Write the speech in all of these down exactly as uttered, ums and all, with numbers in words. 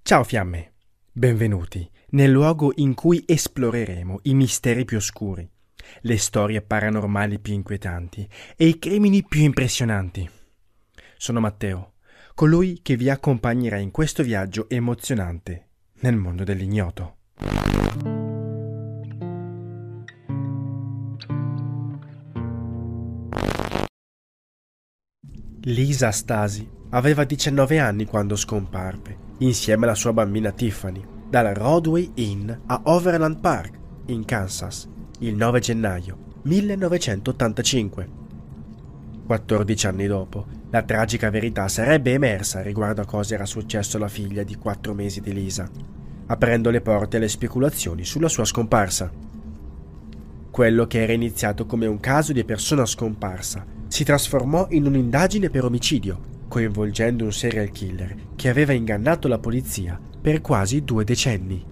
Ciao fiamme, benvenuti nel luogo in cui esploreremo i misteri più oscuri, le storie paranormali più inquietanti e i crimini più impressionanti. Sono Matteo, colui che vi accompagnerà in questo viaggio emozionante nel mondo dell'ignoto. Lisa Stasi aveva diciannove anni quando scomparve, insieme alla sua bambina Tiffany, dal Rodeway Inn a Overland Park, in Kansas, il nove gennaio millenovecentottantacinque. quattordici anni dopo, la tragica verità sarebbe emersa riguardo a cosa era successo alla figlia di quattro mesi di Lisa, aprendo le porte alle speculazioni sulla sua scomparsa. Quello che era iniziato come un caso di persona scomparsa si trasformò in un'indagine per omicidio, coinvolgendo un serial killer che aveva ingannato la polizia per quasi due decenni.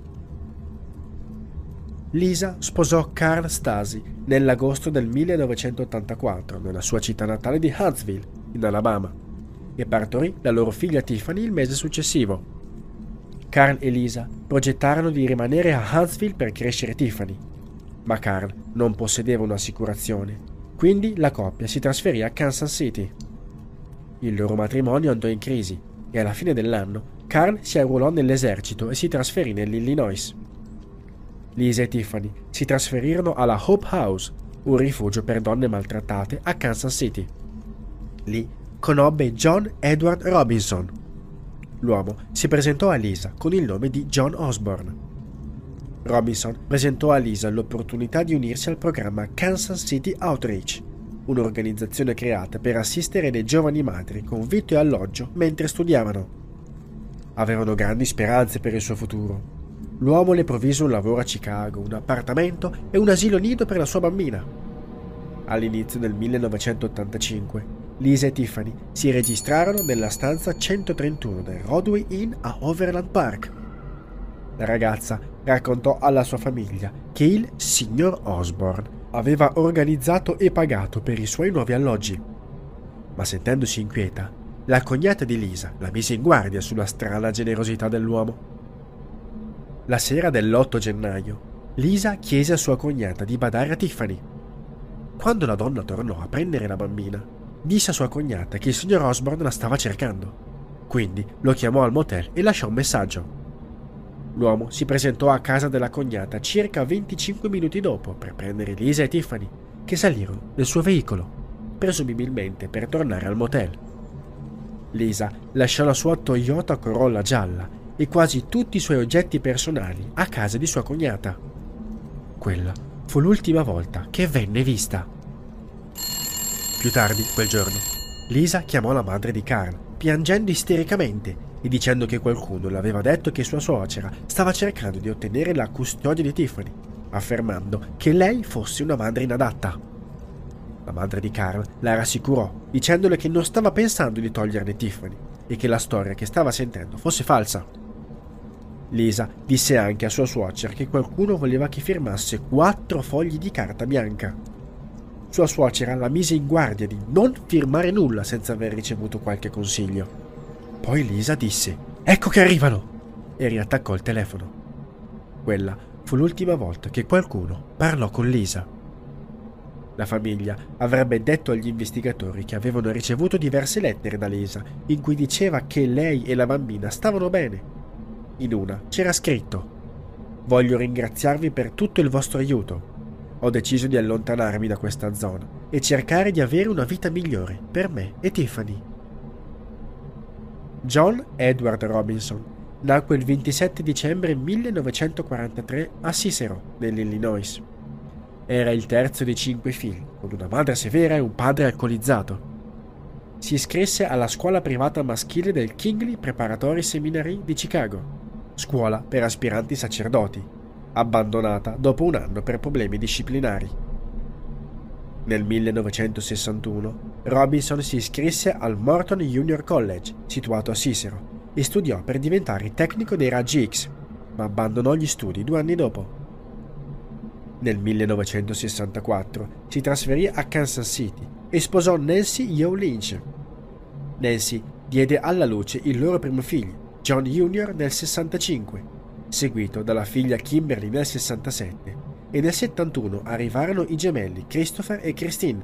Lisa sposò Carl Stasi nell'agosto del millenovecentottantaquattro nella sua città natale di Huntsville, in Alabama, e partorì la loro figlia Tiffany il mese successivo. Carl e Lisa progettarono di rimanere a Huntsville per crescere Tiffany, ma Carl non possedeva un'assicurazione, quindi la coppia si trasferì a Kansas City. Il loro matrimonio andò in crisi e alla fine dell'anno Carl si arruolò nell'esercito e si trasferì nell'Illinois. Lisa e Tiffany si trasferirono alla Hope House, un rifugio per donne maltrattate a Kansas City. Lì conobbe John Edward Robinson. L'uomo si presentò a Lisa con il nome di John Osborne. Robinson presentò a Lisa l'opportunità di unirsi al programma Kansas City Outreach, un'organizzazione creata per assistere le giovani madri con vitto e alloggio mentre studiavano. Avevano grandi speranze per il suo futuro. L'uomo le provvise un lavoro a Chicago, un appartamento e un asilo nido per la sua bambina. All'inizio del millenovecentottantacinque, Lisa e Tiffany si registrarono nella stanza centotrentuno del Rodeway Inn a Overland Park. La ragazza raccontò alla sua famiglia che il signor Osborne aveva organizzato e pagato per i suoi nuovi alloggi. Ma sentendosi inquieta, la cognata di Lisa la mise in guardia sulla strana generosità dell'uomo. La sera dell'otto gennaio, Lisa chiese a sua cognata di badare a Tiffany. Quando la donna tornò a prendere la bambina, disse a sua cognata che il signor Osborne la stava cercando. Quindi lo chiamò al motel e lasciò un messaggio. L'uomo si presentò a casa della cognata circa venticinque minuti dopo per prendere Lisa e Tiffany, che salirono nel suo veicolo, presumibilmente per tornare al motel. Lisa lasciò la sua Toyota Corolla gialla e quasi tutti i suoi oggetti personali a casa di sua cognata. Quella fu l'ultima volta che venne vista. Più tardi, quel giorno, Lisa chiamò la madre di Carl, piangendo istericamente e dicendo che qualcuno le aveva detto che sua suocera stava cercando di ottenere la custodia di Tiffany, affermando che lei fosse una madre inadatta. La madre di Carl la rassicurò, dicendole che non stava pensando di toglierne Tiffany e che la storia che stava sentendo fosse falsa. Lisa disse anche a sua suocera che qualcuno voleva che firmasse quattro fogli di carta bianca. Sua suocera la mise in guardia di non firmare nulla senza aver ricevuto qualche consiglio. Poi Lisa disse: «Ecco che arrivano!» e riattaccò il telefono. Quella fu l'ultima volta che qualcuno parlò con Lisa. La famiglia avrebbe detto agli investigatori che avevano ricevuto diverse lettere da Lisa in cui diceva che lei e la bambina stavano bene. In una c'era scritto: «Voglio ringraziarvi per tutto il vostro aiuto. Ho deciso di allontanarmi da questa zona e cercare di avere una vita migliore per me e Tiffany». John Edward Robinson nacque il ventisette dicembre millenovecentoquarantatré a Cicero, nell'Illinois. Era il terzo di cinque figli, con una madre severa e un padre alcolizzato. Si iscrisse alla scuola privata maschile del Kingley Preparatory Seminary di Chicago, scuola per aspiranti sacerdoti, abbandonata dopo un anno per problemi disciplinari. Nel millenovecentosessantuno Robinson si iscrisse al Morton Junior College, situato a Cicero, e studiò per diventare tecnico dei raggi X, ma abbandonò gli studi due anni dopo. Nel millenovecentosessantaquattro si trasferì a Kansas City e sposò Nancy Yoe Lynch. Nancy diede alla luce il loro primo figlio, John junior nel sessantacinque, seguito dalla figlia Kimberly nel sessantasette, e nel settantuno arrivarono i gemelli Christopher e Christine.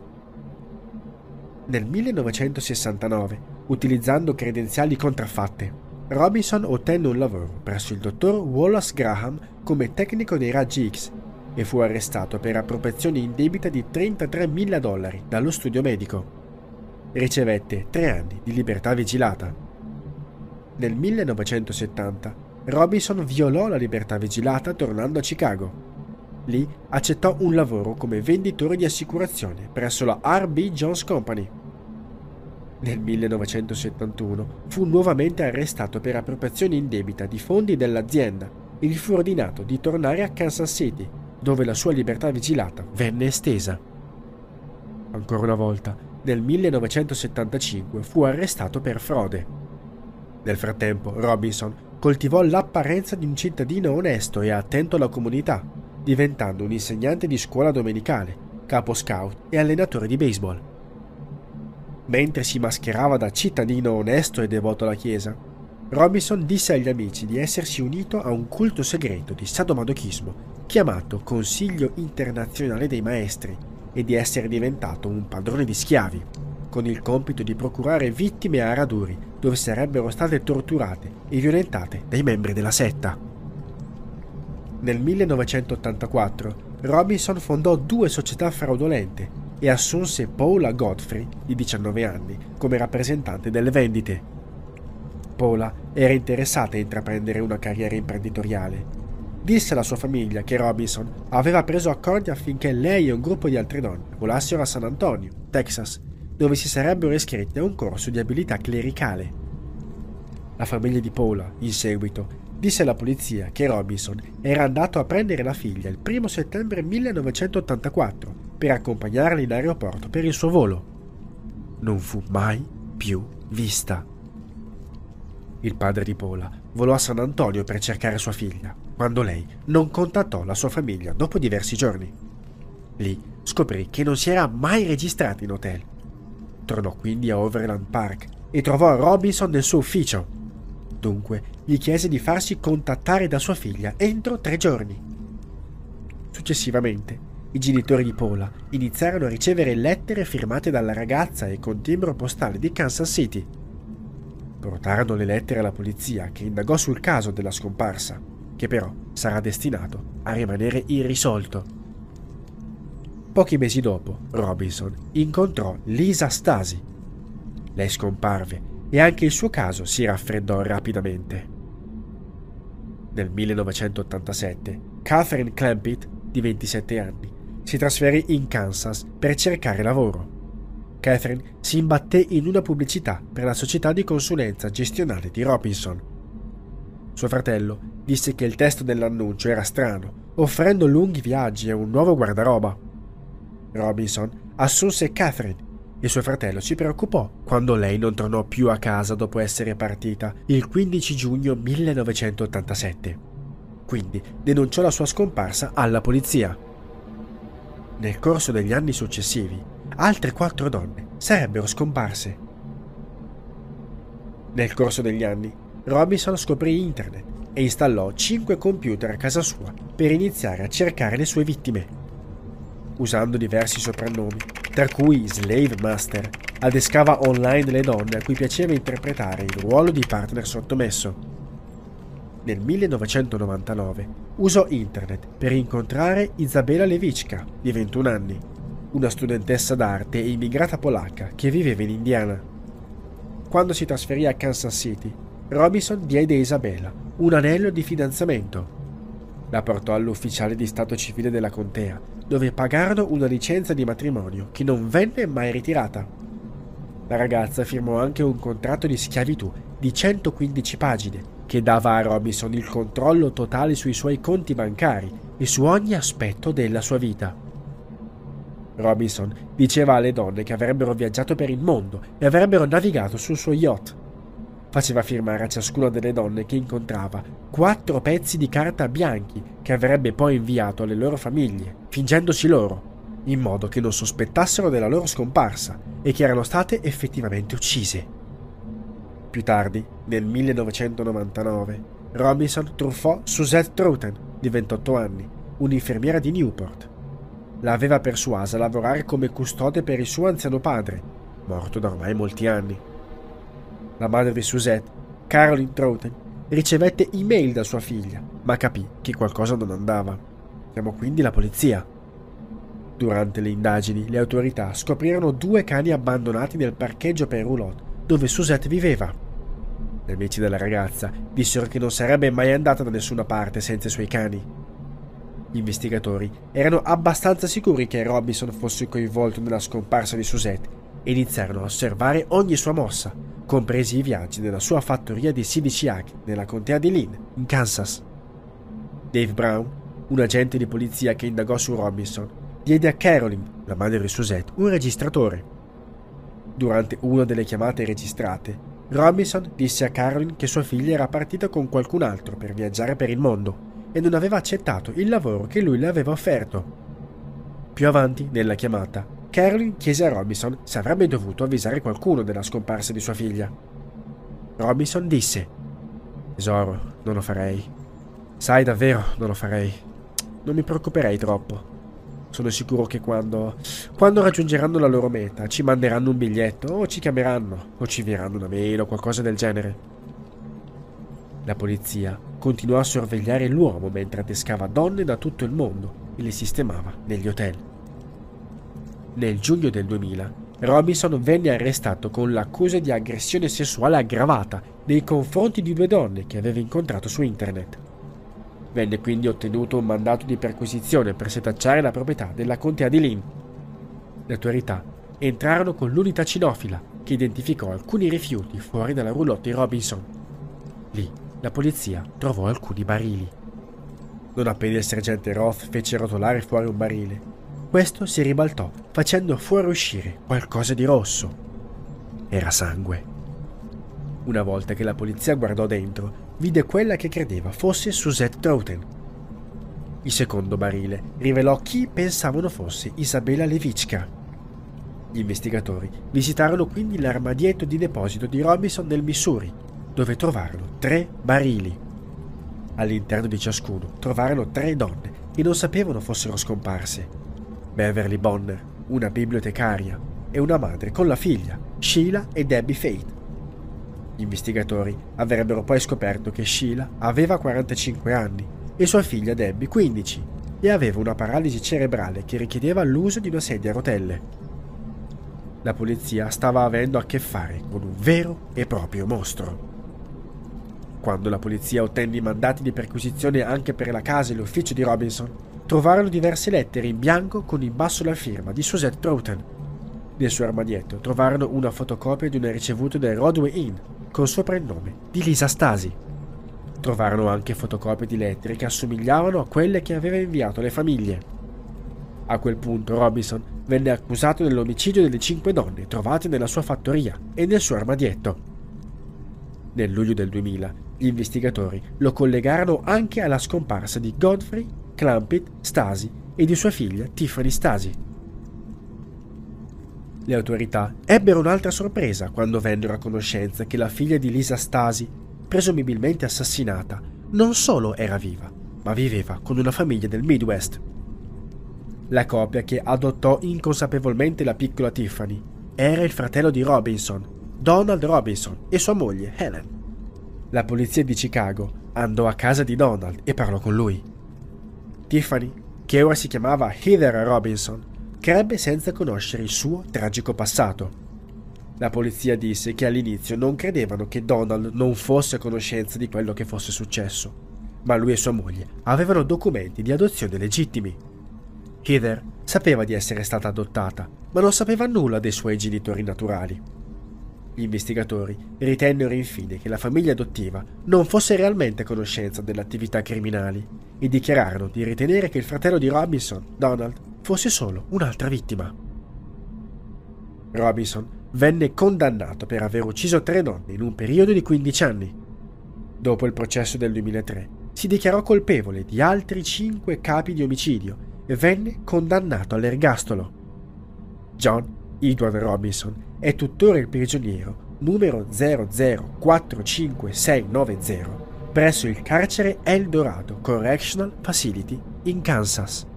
Nel millenovecentosessantanove, utilizzando credenziali contraffatte, Robinson ottenne un lavoro presso il dottor Wallace Graham come tecnico dei raggi X e fu arrestato per appropriazione indebita di trentatremila dollari dallo studio medico. Ricevette tre anni di libertà vigilata. Nel millenovecentosettanta, Robinson violò la libertà vigilata tornando a Chicago. Lì accettò un lavoro come venditore di assicurazione presso la R B Jones Company. Nel millenovecentosettantuno fu nuovamente arrestato per appropriazione indebita di fondi dell'azienda e gli fu ordinato di tornare a Kansas City, dove la sua libertà vigilata venne estesa. Ancora una volta, nel millenovecentosettantacinque fu arrestato per frode. Nel frattempo, Robinson coltivò l'apparenza di un cittadino onesto e attento alla comunità, diventando un insegnante di scuola domenicale, capo scout e allenatore di baseball. Mentre si mascherava da cittadino onesto e devoto alla Chiesa, Robinson disse agli amici di essersi unito a un culto segreto di sadomasochismo chiamato Consiglio Internazionale dei Maestri e di essere diventato un padrone di schiavi, con il compito di procurare vittime a Raduri, dove sarebbero state torturate e violentate dai membri della setta. Nel millenovecentottantaquattro Robinson fondò due società fraudolente e assunse Paula Godfrey, di diciannove anni, come rappresentante delle vendite. Paula era interessata a intraprendere una carriera imprenditoriale. Disse alla sua famiglia che Robinson aveva preso accordi affinché lei e un gruppo di altre donne volassero a San Antonio, Texas, dove si sarebbero iscritte a un corso di abilità clericale. La famiglia di Paula, in seguito, disse alla polizia che Robinson era andato a prendere la figlia il primo settembre millenovecentottantaquattro per accompagnarla in aeroporto per il suo volo. Non fu mai più vista. Il padre di Paula volò a San Antonio per cercare sua figlia, quando lei non contattò la sua famiglia dopo diversi giorni. Lì scoprì che non si era mai registrata in hotel. Tornò quindi a Overland Park e trovò Robinson nel suo ufficio. Dunque gli chiese di farsi contattare da sua figlia entro tre giorni. Successivamente, i genitori di Paula iniziarono a ricevere lettere firmate dalla ragazza e con timbro postale di Kansas City. Portarono le lettere alla polizia, che indagò sul caso della scomparsa, che però sarà destinato a rimanere irrisolto. Pochi mesi dopo, Robinson incontrò Lisa Stasi. Lei scomparve e anche il suo caso si raffreddò rapidamente. Nel millenovecentottantasette, Catherine Clampett, di ventisette anni, si trasferì in Kansas per cercare lavoro. Catherine si imbatté in una pubblicità per la società di consulenza gestionale di Robinson. Suo fratello disse che il testo dell'annuncio era strano, offrendo lunghi viaggi e un nuovo guardaroba. Robinson assunse Catherine e suo fratello si preoccupò quando lei non tornò più a casa dopo essere partita il quindici giugno millenovecentottantasette. Quindi denunciò la sua scomparsa alla polizia. Nel corso degli anni successivi, altre quattro donne sarebbero scomparse. Nel corso degli anni, Robinson scoprì internet e installò cinque computer a casa sua per iniziare a cercare le sue vittime. Usando diversi soprannomi, tra cui Slave Master, adescava online le donne a cui piaceva interpretare il ruolo di partner sottomesso. Nel millenovecentonovantanove usò internet per incontrare Izabela Lewicka, di ventuno anni, una studentessa d'arte e immigrata polacca che viveva in Indiana. Quando si trasferì a Kansas City, Robinson diede a Isabella un anello di fidanzamento. La portò all'ufficiale di stato civile della contea, dove pagarono una licenza di matrimonio che non venne mai ritirata. La ragazza firmò anche un contratto di schiavitù di centoquindici pagine che dava a Robinson il controllo totale sui suoi conti bancari e su ogni aspetto della sua vita. Robinson diceva alle donne che avrebbero viaggiato per il mondo e avrebbero navigato sul suo yacht. Faceva firmare a ciascuna delle donne che incontrava quattro pezzi di carta bianchi che avrebbe poi inviato alle loro famiglie, fingendosi loro, in modo che non sospettassero della loro scomparsa e che erano state effettivamente uccise. Più tardi, nel millenovecentonovantanove, Robinson truffò Suzette Troughton, di ventotto anni, un'infermiera di Newport. L'aveva persuasa a lavorare come custode per il suo anziano padre, morto da ormai molti anni. La madre di Suzette, Caroline Troughton, ricevette email da sua figlia, ma capì che qualcosa non andava. Chiamò quindi la polizia. Durante le indagini, le autorità scoprirono due cani abbandonati nel parcheggio per roulotte dove Suzette viveva. Gli amici della ragazza dissero che non sarebbe mai andata da nessuna parte senza i suoi cani. Gli investigatori erano abbastanza sicuri che Robinson fosse coinvolto nella scomparsa di Suzette e iniziarono a osservare ogni sua mossa, compresi i viaggi nella sua fattoria di C D C H nella contea di Lynn, in Kansas. Dave Brown, un agente di polizia che indagò su Robinson, diede a Caroline, la madre di Suzette, un registratore. Durante una delle chiamate registrate, Robinson disse a Caroline che sua figlia era partita con qualcun altro per viaggiare per il mondo e non aveva accettato il lavoro che lui le aveva offerto. Più avanti, nella chiamata, Caroline chiese a Robinson se avrebbe dovuto avvisare qualcuno della scomparsa di sua figlia. Robinson disse: «Tesoro, non lo farei. Sai, davvero, non lo farei. Non mi preoccuperei troppo. Sono sicuro che quando, quando raggiungeranno la loro meta ci manderanno un biglietto o ci chiameranno o ci invieranno una mail o qualcosa del genere». La polizia continuò a sorvegliare l'uomo mentre adescava donne da tutto il mondo e le sistemava negli hotel. Nel giugno del duemila, Robinson venne arrestato con l'accusa di aggressione sessuale aggravata nei confronti di due donne che aveva incontrato su internet. Venne quindi ottenuto un mandato di perquisizione per setacciare la proprietà della contea di Lynn. Le autorità entrarono con l'unità cinofila che identificò alcuni rifiuti fuori dalla roulotte di Robinson. Lì la polizia trovò alcuni barili. Non appena il sergente Roth fece rotolare fuori un barile, questo si ribaltò facendo fuoriuscire qualcosa di rosso. Era sangue. Una volta che la polizia guardò dentro, vide quella che credeva fosse Suzette Troughton. Il secondo barile rivelò chi pensavano fosse Isabella Levicka. Gli investigatori visitarono quindi l'armadietto di deposito di Robinson nel Missouri, dove trovarono tre barili. All'interno di ciascuno trovarono tre donne che non sapevano fossero scomparse: Beverly Bonner, una bibliotecaria, e una madre con la figlia, Sheila e Debbie Fate. Gli investigatori avrebbero poi scoperto che Sheila aveva quarantacinque anni e sua figlia Debbie quindici e aveva una paralisi cerebrale che richiedeva l'uso di una sedia a rotelle. La polizia stava avendo a che fare con un vero e proprio mostro. Quando la polizia ottenne i mandati di perquisizione anche per la casa e l'ufficio di Robinson, trovarono diverse lettere in bianco con in basso la firma di Suzette Troughton. Nel suo armadietto trovarono una fotocopia di una ricevuta del Rodway Inn con sopra il nome di Lisa Stasi. Trovarono anche fotocopie di lettere che assomigliavano a quelle che aveva inviato alle famiglie. A quel punto Robinson venne accusato dell'omicidio delle cinque donne trovate nella sua fattoria e nel suo armadietto. Nel luglio del duemila, gli investigatori lo collegarono anche alla scomparsa di Godfrey Clampett Stasi e di sua figlia Tiffany Stasi. Le autorità ebbero un'altra sorpresa quando vennero a conoscenza che la figlia di Lisa Stasi, presumibilmente assassinata, non solo era viva, ma viveva con una famiglia del Midwest. La coppia che adottò inconsapevolmente la piccola Tiffany era il fratello di Robinson, Donald Robinson, e sua moglie Helen. La polizia di Chicago andò a casa di Donald e parlò con lui. Tiffany, che ora si chiamava Heather Robinson, crebbe senza conoscere il suo tragico passato. La polizia disse che all'inizio non credevano che Donald non fosse a conoscenza di quello che fosse successo, ma lui e sua moglie avevano documenti di adozione legittimi. Heather sapeva di essere stata adottata, ma non sapeva nulla dei suoi genitori naturali. Gli investigatori ritennero infine che la famiglia adottiva non fosse realmente a conoscenza delle attività criminali e dichiararono di ritenere che il fratello di Robinson, Donald, fosse solo un'altra vittima. Robinson venne condannato per aver ucciso tre donne in un periodo di quindici anni. Dopo il processo del duemilatré si dichiarò colpevole di altri cinque capi di omicidio e venne condannato all'ergastolo. John Edward Robinson è tuttora il prigioniero numero zero zero quattro cinque sei nove zero presso il carcere El Dorado Correctional Facility in Kansas.